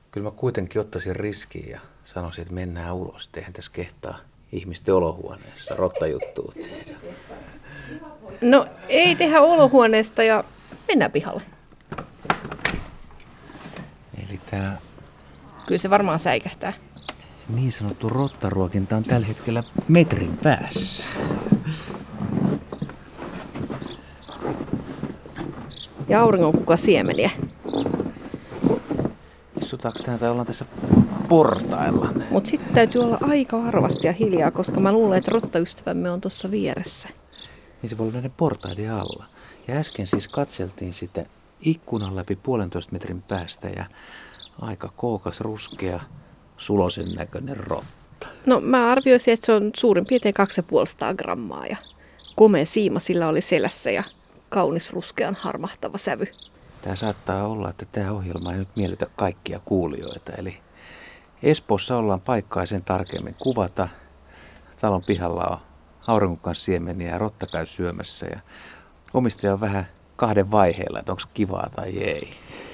Kyllä mä kuitenkin ottaisin riskiä ja sanoisin, että mennään ulos. Eihän tässä kehtaa ihmisten olohuoneessa rottajuttuut. No ei tehdä olohuoneesta ja mennään pihalle. Eli tämä Kyllä se varmaan säikähtää. niin sanottu rottaruokinta on tällä hetkellä metrin päässä. Ja auringonkukan siemeniä. Istutaanko tähän tai ollaan tässä portailla? Mutta sitten täytyy olla aika varovasti ja hiljaa, koska mä luulen, että rottaystävämme on tuossa vieressä. Niin se voi olla näiden portaiden alla. Ja äsken siis katseltiin sitä ikkunan läpi 1,5 metrin päästä ja aika kookas, ruskea, sulosen näköinen rotta. No mä arvioisin, että se on suurin piirtein 250 grammaa ja komea siima sillä oli selässä ja kaunis ruskean harmahtava sävy. Tämä saattaa olla, että tämä ohjelma ei nyt miellytä kaikkia kuulijoita. Eli Espoossa ollaan paikkaa sen tarkemmin kuvata. Talon pihalla on auringonkukan siemeniä ja rotta käy syömässä. Ja omistaja on vähän kahden vaiheella, että onko kivaa tai ei.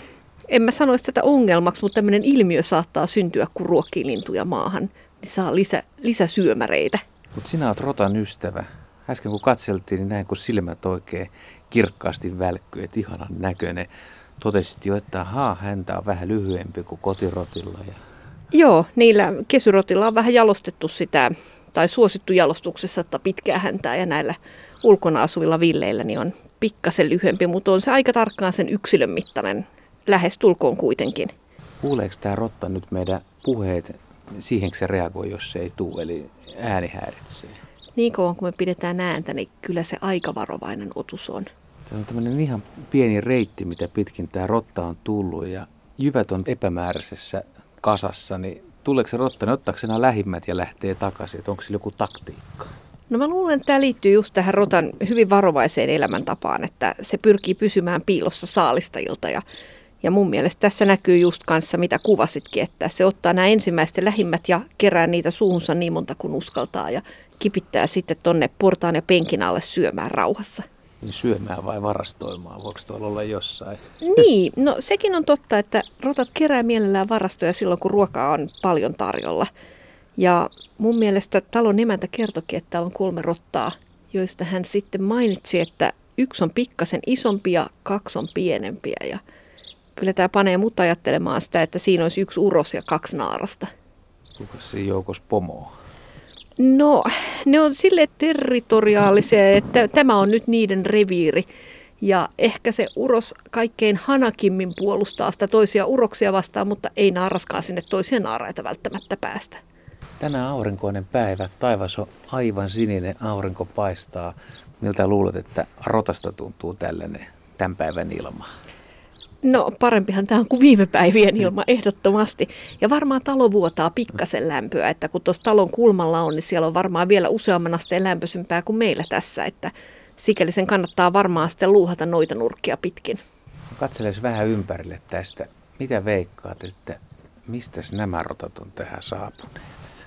En mä sanoisi tätä ongelmaksi, mutta tämmöinen ilmiö saattaa syntyä, kun ruokkii lintuja maahan, niin saa lisäsyömäreitä. Mutta sinä oot rotan ystävä. Äsken kun katseltiin, niin näin kun silmät oikein kirkkaasti välkkyy, että ihanan näköinen. Totesit jo, että häntä on vähän lyhyempi kuin kotirotilla. Joo, niillä kesyrotilla on vähän jalostettu sitä, tai suosittu jalostuksessa, että pitkää häntää ja näillä ulkona asuvilla villeillä niin on pikkasen lyhyempi, mutta on se aika tarkkaan sen yksilön mittainen, lähestulkoon kuitenkin. Kuuleeko tämä rotta nyt meidän puheet, siihen se reagoi, jos se ei tule, eli ääni häiritsee? Niin kauan kun me pidetään ääntä, niin kyllä se aika varovainen otus on. Tämä on tämmöinen ihan pieni reitti, mitä pitkin tämä rotta on tullut ja jyvät on epämääräisessä kasassa, niin tuleeko se rotta, niin ottaako se nämä lähimmät ja lähtee takaisin, että onko sillä joku taktiikka? No mä luulen, että tämä liittyy just tähän rotan hyvin varovaiseen elämäntapaan, että se pyrkii pysymään piilossa saalistajilta ja mun mielestä tässä näkyy just kanssa, mitä kuvasitkin, että se ottaa nämä ensimmäiset lähimmät ja kerää niitä suuhunsa niin monta kuin uskaltaa ja kipittää sitten tonne portaan ja penkin alle syömään rauhassa. Niin syömään vai varastoimaan? Voiko tuolla olla jossain? Niin, no sekin on totta, että rotat kerää mielellään varastoja silloin, kun ruokaa on paljon tarjolla. Ja mun mielestä talon emäntä kertokin, että täällä on 3 rottaa, joista hän sitten mainitsi, että 1 on pikkasen isompi ja 2 on pienempiä. Ja kyllä tämä panee mut ajattelemaan sitä, että siinä olisi 1 uros ja 2 naarasta. Kuka siinä joukossa pomoa? No, ne on sille territoriaalisia, että tämä on nyt niiden reviiri. Ja ehkä se uros kaikkein hanakimmin puolustaa sitä toisia uroksia vastaan, mutta ei naaraskaan sinne toisia naaraita välttämättä päästä. Tänään aurinkoinen päivä, taivas on aivan sininen, aurinko paistaa. Miltä luulet, että rotasta tuntuu tällainen tämän päivän ilma? No parempihan tämä on kuin viime päivien ilma ehdottomasti. Ja varmaan talo vuotaa pikkasen lämpöä, että kun tuossa talon kulmalla on, niin siellä on varmaan vielä useamman asteen lämpöisempää kuin meillä tässä. Että sikäli sen kannattaa varmaan sitten luuhata noita nurkkia pitkin. Katseles vähän ympärille tästä. Mitä veikkaat, että mistäs nämä rotat on tähän saapuneet?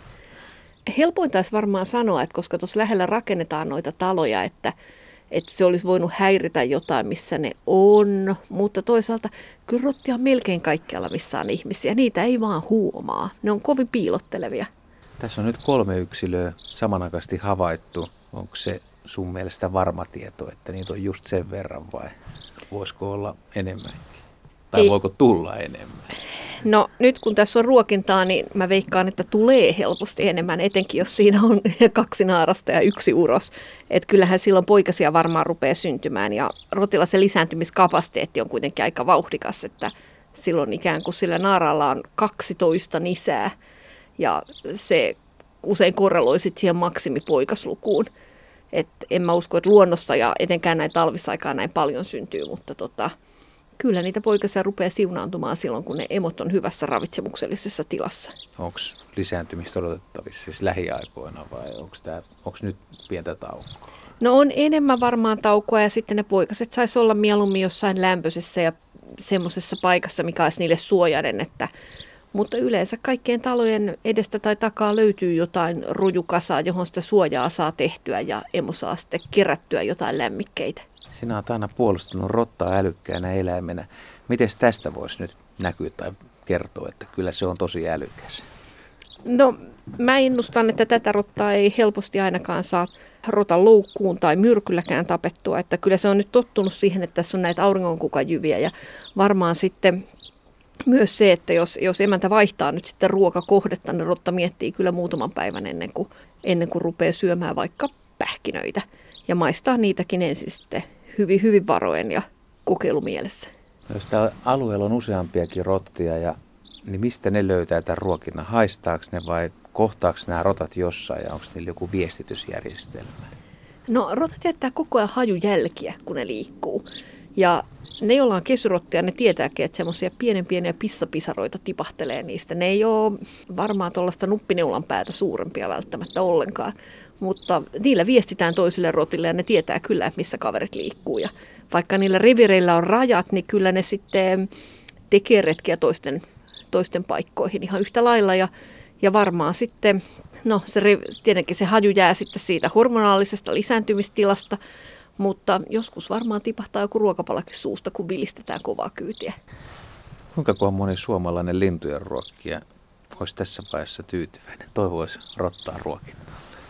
Helpointa olisi varmaan sanoa, että koska tuossa lähellä rakennetaan noita taloja, että se olisi voinut häiritä jotain, missä ne on. Mutta toisaalta kyllä rottia on melkein kaikkialla, missä on ihmisiä. Niitä ei vaan huomaa. Ne on kovin piilottelevia. Tässä on nyt 3 yksilöä samanaikaisesti havaittu. Onko se sun mielestä varma tieto, että niitä on just sen verran vai voisiko olla enemmänkin? Tai voiko tulla enemmän? No nyt kun tässä on ruokintaa, niin mä veikkaan, että tulee helposti enemmän, etenkin jos siinä on 2 naarasta ja 1 uros. Että kyllähän silloin poikasia varmaan rupeaa syntymään ja rotilla se lisääntymiskapasiteetti on kuitenkin aika vauhdikas, että silloin ikään kuin sillä naaralla on 12 nisää ja se usein korreloi sitten siihen maksimipoikaslukuun. Et en mä usko, että luonnossa ja etenkään näin talvisaikaan näin paljon syntyy, mutta kyllä niitä poikasia rupeaa siunaantumaan silloin, kun ne emot on hyvässä ravitsemuksellisessa tilassa. Onko lisääntymistä odotettavissa siis lähiaikoina vai onko nyt pientä taukoa? No on enemmän varmaan taukoa ja sitten ne poikaset saisi olla mieluummin jossain lämpöisessä ja semmoisessa paikassa, mikä olisi niille suojainen. Mutta yleensä kaikkien talojen edestä tai takaa löytyy jotain rujukasaa, johon sitä suojaa saa tehtyä ja emo saa sitten kerättyä jotain lämmikkeitä. Sinä olet aina puolustanut rottaa älykkäänä eläimenä. Miten tästä voisi nyt näkyä tai kertoa, että kyllä se on tosi älykäs? No, mä ennustan, että tätä rottaa ei helposti ainakaan saa rotan loukkuun tai myrkylläkään tapettua. Että kyllä se on nyt tottunut siihen, että tässä on näitä auringonkukajyviä ja varmaan sitten myös se, että jos emäntä vaihtaa nyt sitten ruokakohdetta, niin rotta miettii kyllä muutaman päivän ennen kuin rupeaa syömään vaikka pähkinöitä. Ja maistaa niitäkin ensin sitten hyvin, hyvin varoen ja kokeilumielessä. No, jos täällä alueella on useampiakin rottia, niin mistä ne löytää tämän ruokinnan? Haistaako ne vai kohtaako nämä rotat jossain ja onko niillä joku viestitysjärjestelmä? No, rotat jättää koko ajan hajujälkiä, kun ne liikkuu. Ja ne, joilla on kesyrottia, ne tietääkin, että semmoisia pieniä pissapisaroita tipahtelee niistä. Ne ei ole varmaan tuollaista nuppineulan päätä suurempia välttämättä ollenkaan, mutta niillä viestitään toisille rotille ja ne tietää kyllä, missä kaverit liikkuu. Ja vaikka niillä revireillä on rajat, niin kyllä ne sitten tekee retkiä toisten paikkoihin ihan yhtä lailla. Ja varmaan sitten, no tietenkin se haju jää sitten siitä hormonaalisesta lisääntymistilasta, mutta joskus varmaan tipahtaa joku ruokapalakin suusta, kun vilistetään kovaa kyytiä. Kuinka moni suomalainen lintujen ruokkija olisi tässä vaiheessa tyytyväinen? Toivoisi rottaa ruokintaa.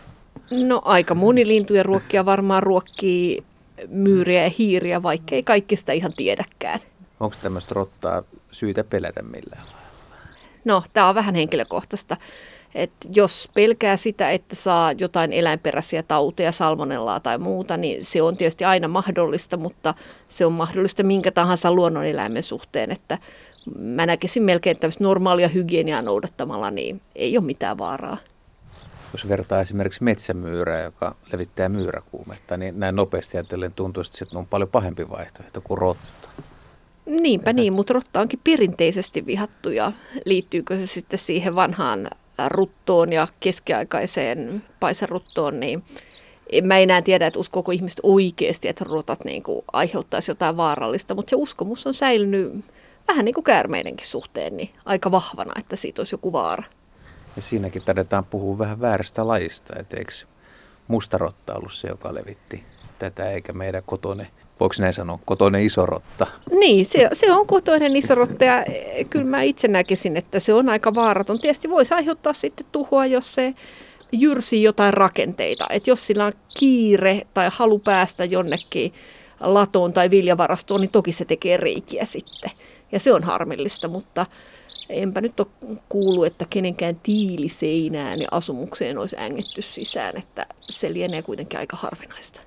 No aika moni lintujen ruokkija varmaan ruokkii myyriä ja hiiriä, vaikkei kaikki sitä ihan tiedäkään. Onko tämmöistä rottaa syytä pelätä millään lailla? No, tämä on vähän henkilökohtaista. Et jos pelkää sitä, että saa jotain eläinperäisiä tauteja, salmonellaa tai muuta, niin se on tietysti aina mahdollista, mutta se on mahdollista minkä tahansa luonnoneläimen suhteen. Että mä näkisin melkein tämmöistä normaalia hygieniaa noudattamalla, niin ei ole mitään vaaraa. Jos vertaa esimerkiksi metsämyyrää, joka levittää myyräkuumetta, niin näin nopeasti ajatellen tuntuu, että se on paljon pahempi vaihtoehto kuin rotta. Niinpä niin, mutta rotta onkin perinteisesti vihattu ja liittyykö se sitten siihen vanhaan ruttoon ja keskiaikaiseen paiseruttoon, niin en mä enää tiedä, että uskooko ihmiset oikeasti, että rotat niin kuin aiheuttaisi jotain vaarallista, mutta se uskomus on säilynyt vähän niin kuin käärmeidenkin suhteen niin aika vahvana, että siitä olisi joku vaara. Ja siinäkin taidetaan puhua vähän väärästä lajista, että eikö mustarotta ollut se, joka levitti tätä, eikä meidän kotoinen, voiko näin sanoa, kotoinen iso rotta? Niin, se on kotoinen iso rotta ja kyllä mä itse näkisin, että se on aika vaaraton. Tietysti voisi aiheuttaa sitten tuhoa, jos se jyrsii jotain rakenteita. Että jos sillä on kiire tai halu päästä jonnekin latoon tai viljavarastoon, niin toki se tekee reikiä sitten. Ja se on harmillista, mutta enpä nyt ole kuullut, että kenenkään tiiliseinään ja asumukseen olisi ängetty sisään, että se lienee kuitenkin aika harvinaista.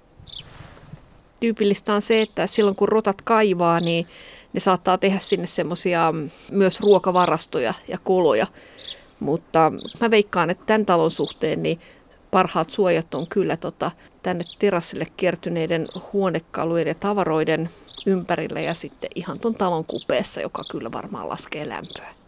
Tyypillistä on se, että silloin kun rotat kaivaa, niin ne saattaa tehdä sinne semmoisia myös ruokavarastoja ja koloja. Mutta mä veikkaan, että tämän talon suhteen niin parhaat suojat on kyllä tänne terassille kertyneiden huonekalujen ja tavaroiden ympärillä ja sitten ihan ton talon kupeessa, joka kyllä varmaan laskee lämpöä.